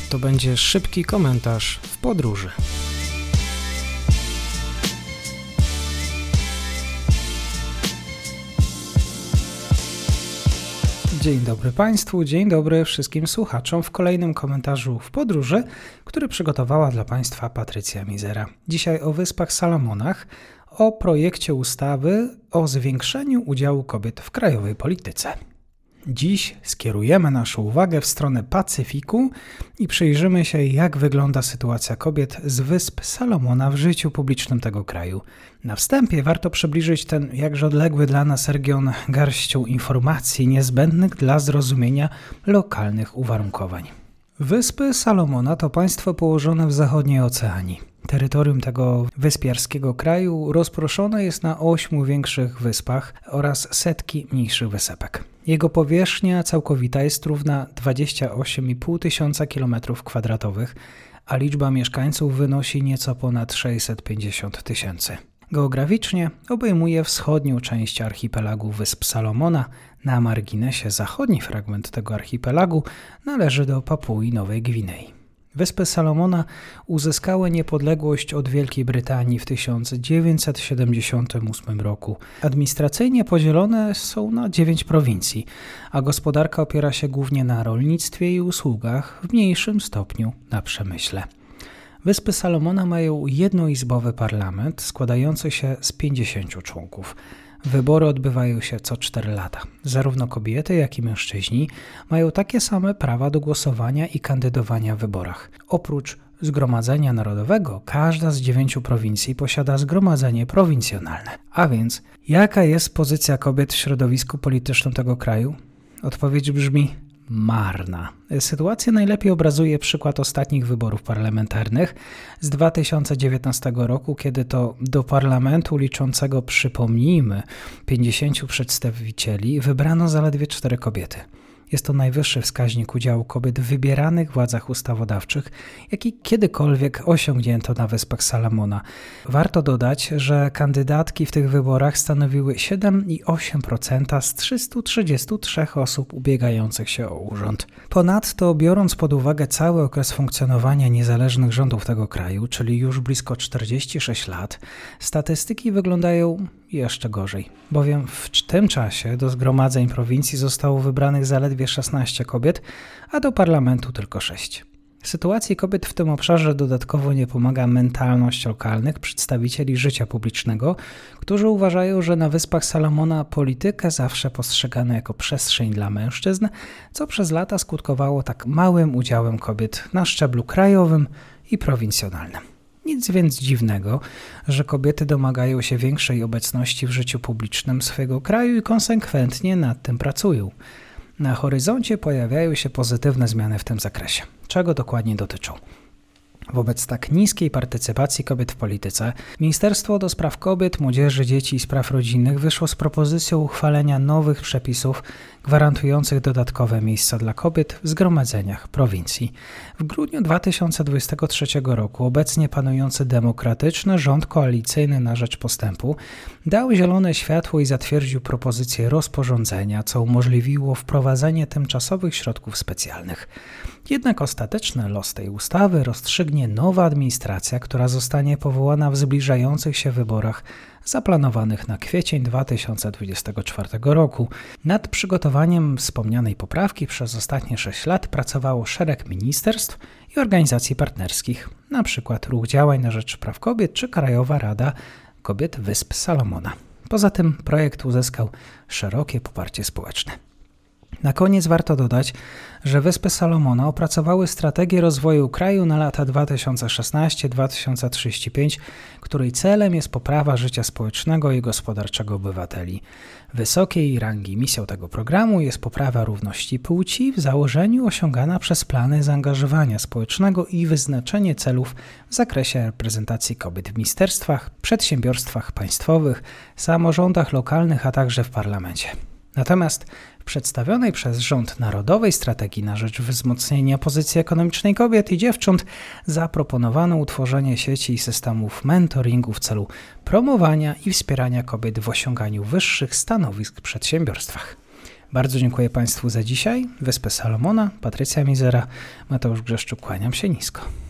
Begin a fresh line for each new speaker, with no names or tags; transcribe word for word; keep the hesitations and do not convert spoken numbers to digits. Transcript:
To będzie szybki komentarz w podróży. Dzień dobry Państwu, dzień dobry wszystkim słuchaczom w kolejnym komentarzu w podróży, który przygotowała dla Państwa Patrycja Mizera. Dzisiaj o Wyspach Salomonach, o projekcie ustawy o zwiększeniu udziału kobiet w krajowej polityce. Dziś skierujemy naszą uwagę w stronę Pacyfiku i przyjrzymy się, jak wygląda sytuacja kobiet z Wysp Salomona w życiu publicznym tego kraju. Na wstępie warto przybliżyć ten jakże odległy dla nas region garścią informacji niezbędnych dla zrozumienia lokalnych uwarunkowań. Wyspy Salomona to państwo położone w zachodniej Oceanii. Terytorium tego wyspiarskiego kraju rozproszone jest na ośmiu większych wyspach oraz setki mniejszych wysepek. Jego powierzchnia całkowita jest równa dwadzieścia osiem i pół tysiąca kilometrów kwadratowych, a liczba mieszkańców wynosi nieco ponad sześćset pięćdziesiąt tysięcy. Geograficznie obejmuje wschodnią część archipelagu Wysp Salomona. Na marginesie zachodni fragment tego archipelagu należy do Papui Nowej Gwinei. Wyspy Salomona uzyskały niepodległość od Wielkiej Brytanii w tysiąc dziewięćset siedemdziesiątym ósmym roku. Administracyjnie podzielone są na dziewięć prowincji, a gospodarka opiera się głównie na rolnictwie i usługach, w mniejszym stopniu na przemyśle. Wyspy Salomona mają jednoizbowy parlament składający się z pięćdziesięciu członków. Wybory odbywają się co cztery lata. Zarówno kobiety, jak i mężczyźni mają takie same prawa do głosowania i kandydowania w wyborach. Oprócz Zgromadzenia Narodowego, każda z dziewięciu prowincji posiada zgromadzenie prowincjonalne. A więc, jaka jest pozycja kobiet w środowisku politycznym tego kraju? Odpowiedź brzmi marna. Sytuację najlepiej obrazuje przykład ostatnich wyborów parlamentarnych z dwa tysiące dziewiętnastego roku, kiedy to do parlamentu liczącego, przypomnijmy, pięćdziesięciu przedstawicieli wybrano zaledwie cztery kobiety. Jest to najwyższy wskaźnik udziału kobiet w wybieranych władzach ustawodawczych, jaki kiedykolwiek osiągnięto na Wyspach Salomona. Warto dodać, że kandydatki w tych wyborach stanowiły siedem przecinek osiem procent z trzystu trzydziestu trzech osób ubiegających się o urząd. Ponadto, biorąc pod uwagę cały okres funkcjonowania niezależnych rządów tego kraju, czyli już blisko czterdzieści sześć lat, statystyki wyglądają jeszcze gorzej, bowiem w tym czasie do zgromadzeń prowincji zostało wybranych zaledwie szesnaście kobiet, a do parlamentu tylko sześć. Sytuacji kobiet w tym obszarze dodatkowo nie pomaga mentalność lokalnych przedstawicieli życia publicznego, którzy uważają, że na Wyspach Salomona politykę zawsze postrzegano jako przestrzeń dla mężczyzn, co przez lata skutkowało tak małym udziałem kobiet na szczeblu krajowym i prowincjonalnym. Nic więc dziwnego, że kobiety domagają się większej obecności w życiu publicznym swojego kraju i konsekwentnie nad tym pracują. Na horyzoncie pojawiają się pozytywne zmiany w tym zakresie. Czego dokładnie dotyczą? Wobec tak niskiej partycypacji kobiet w polityce, Ministerstwo do Spraw Kobiet, Młodzieży, Dzieci i Spraw Rodzinnych wyszło z propozycją uchwalenia nowych przepisów gwarantujących dodatkowe miejsca dla kobiet w zgromadzeniach prowincji. W grudniu dwa tysiące dwudziestego trzeciego roku obecnie panujący demokratyczny rząd koalicyjny na rzecz postępu dał zielone światło i zatwierdził propozycję rozporządzenia, co umożliwiło wprowadzenie tymczasowych środków specjalnych. Jednak ostateczny los tej ustawy rozstrzygnie nowa administracja, która zostanie powołana w zbliżających się wyborach zaplanowanych na kwiecień dwa tysiące dwudziestego czwartego roku. Nad przygotowaniem wspomnianej poprawki przez ostatnie sześć lat pracowało szereg ministerstw i organizacji partnerskich, np. Ruch Działań na Rzecz Praw Kobiet czy Krajowa Rada Kobiet Wysp Salomona. Poza tym projekt uzyskał szerokie poparcie społeczne. Na koniec warto dodać, że Wyspy Salomona opracowały strategię rozwoju kraju na lata dwa tysiące szesnasty do dwa tysiące trzydziestego piątego, której celem jest poprawa życia społecznego i gospodarczego obywateli. Wysokiej rangi misją tego programu jest poprawa równości płci, w założeniu osiągana przez plany zaangażowania społecznego i wyznaczenie celów w zakresie reprezentacji kobiet w ministerstwach, przedsiębiorstwach państwowych, samorządach lokalnych, a także w parlamencie. Natomiast w przedstawionej przez rząd Narodowej Strategii na rzecz wzmocnienia pozycji ekonomicznej kobiet i dziewcząt zaproponowano utworzenie sieci i systemów mentoringu w celu promowania i wspierania kobiet w osiąganiu wyższych stanowisk w przedsiębiorstwach. Bardzo dziękuję Państwu za dzisiaj. Wyspy Salomona, Patrycja Mizera, Mateusz Grzeszczuk, kłaniam się nisko.